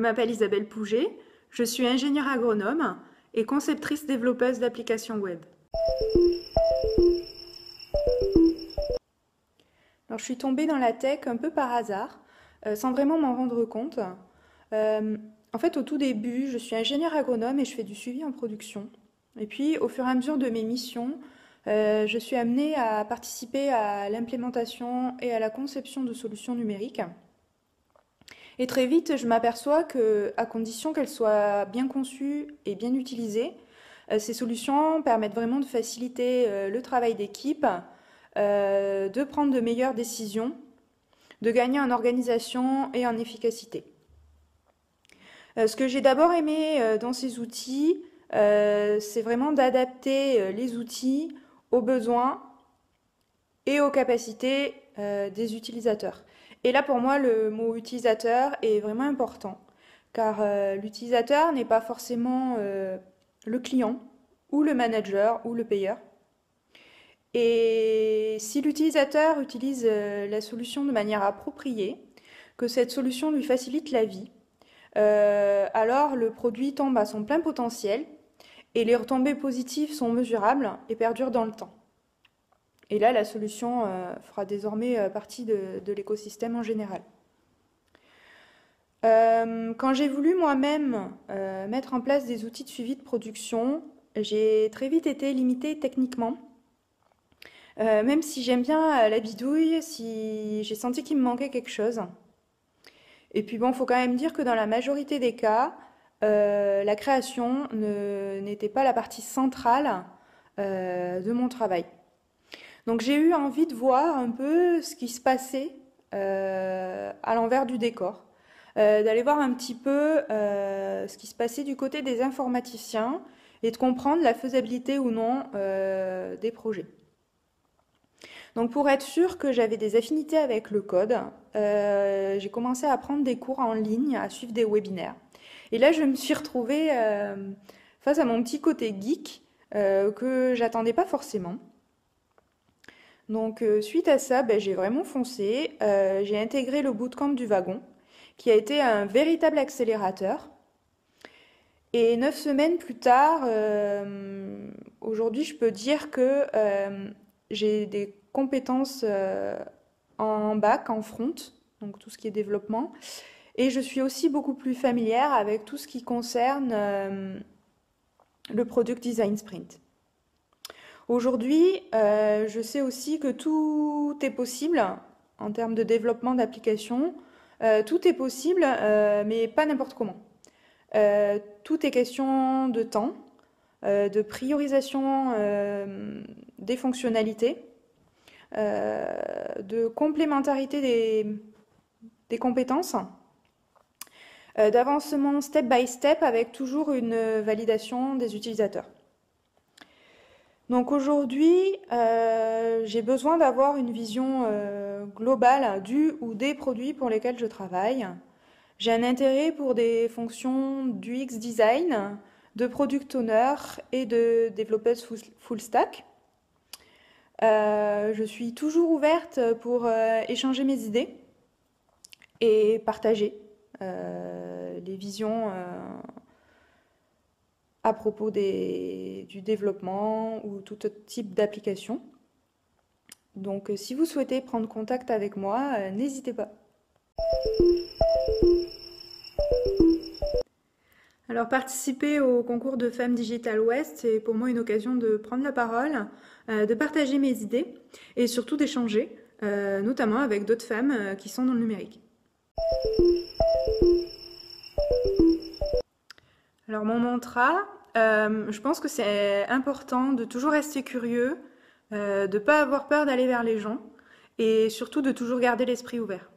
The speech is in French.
m'appelle Isabelle Pouget, je suis ingénieure agronome et conceptrice développeuse d'applications web. Alors, je suis tombée dans la tech un peu par hasard, sans vraiment m'en rendre compte. En fait, au tout début, je suis ingénieure agronome et je fais du suivi en production. Et puis, au fur et à mesure de mes missions, je suis amenée à participer à l'implémentation et à la conception de solutions numériques. Et très vite, je m'aperçois que, à condition qu'elles soient bien conçues et bien utilisées, ces solutions permettent vraiment de faciliter le travail d'équipe, de prendre de meilleures décisions, de gagner en organisation et en efficacité. Ce que j'ai d'abord aimé dans ces outils, c'est vraiment d'adapter les outils aux besoins et aux capacités des utilisateurs. Et là, pour moi, le mot utilisateur est vraiment important, car l'utilisateur n'est pas forcément le client, ou le manager, ou le payeur. Et si l'utilisateur utilise la solution de manière appropriée, que cette solution lui facilite la vie, alors le produit tombe à son plein potentiel et les retombées positives sont mesurables et perdurent dans le temps. Et là, la solution fera désormais partie de l'écosystème en général. Quand j'ai voulu moi-même mettre en place des outils de suivi de production, j'ai très vite été limitée techniquement. Même si j'aime bien la bidouille, si j'ai senti qu'il me manquait quelque chose. Et puis bon, il faut quand même dire que dans la majorité des cas, la création n'était pas la partie centrale de mon travail. Donc j'ai eu envie de voir un peu ce qui se passait à l'envers du décor, d'aller voir un petit peu ce qui se passait du côté des informaticiens et de comprendre la faisabilité ou non des projets. Donc pour être sûr que j'avais des affinités avec le code, j'ai commencé à prendre des cours en ligne, à suivre des webinaires. Et là, je me suis retrouvée face à mon petit côté geek que j'attendais pas forcément. Donc suite à ça, j'ai vraiment foncé. J'ai intégré le bootcamp du wagon, qui a été un véritable accélérateur. Et 9 semaines plus tard, aujourd'hui, je peux dire que j'ai des compétences en back, en front, donc tout ce qui est développement. Et je suis aussi beaucoup plus familière avec tout ce qui concerne le product design sprint. Aujourd'hui, je sais aussi que tout est possible en termes de développement d'applications. Tout est possible, mais pas n'importe comment. Tout est question de temps, de priorisation des fonctionnalités, de complémentarité des compétences, d'avancement step by step avec toujours une validation des utilisateurs. Donc aujourd'hui, j'ai besoin d'avoir une vision globale du ou des produits pour lesquels je travaille. J'ai un intérêt pour des fonctions d'UX design, de product owner et de développeuse full stack. Je suis toujours ouverte pour échanger mes idées et partager les visions à propos du développement ou tout autre type d'application. Donc si vous souhaitez prendre contact avec moi, n'hésitez pas. Alors participer au concours de Femmes Digital West, c'est pour moi une occasion de prendre la parole, de partager mes idées et surtout d'échanger, notamment avec d'autres femmes qui sont dans le numérique. Alors mon mantra, je pense que c'est important de toujours rester curieux, de ne pas avoir peur d'aller vers les gens et surtout de toujours garder l'esprit ouvert.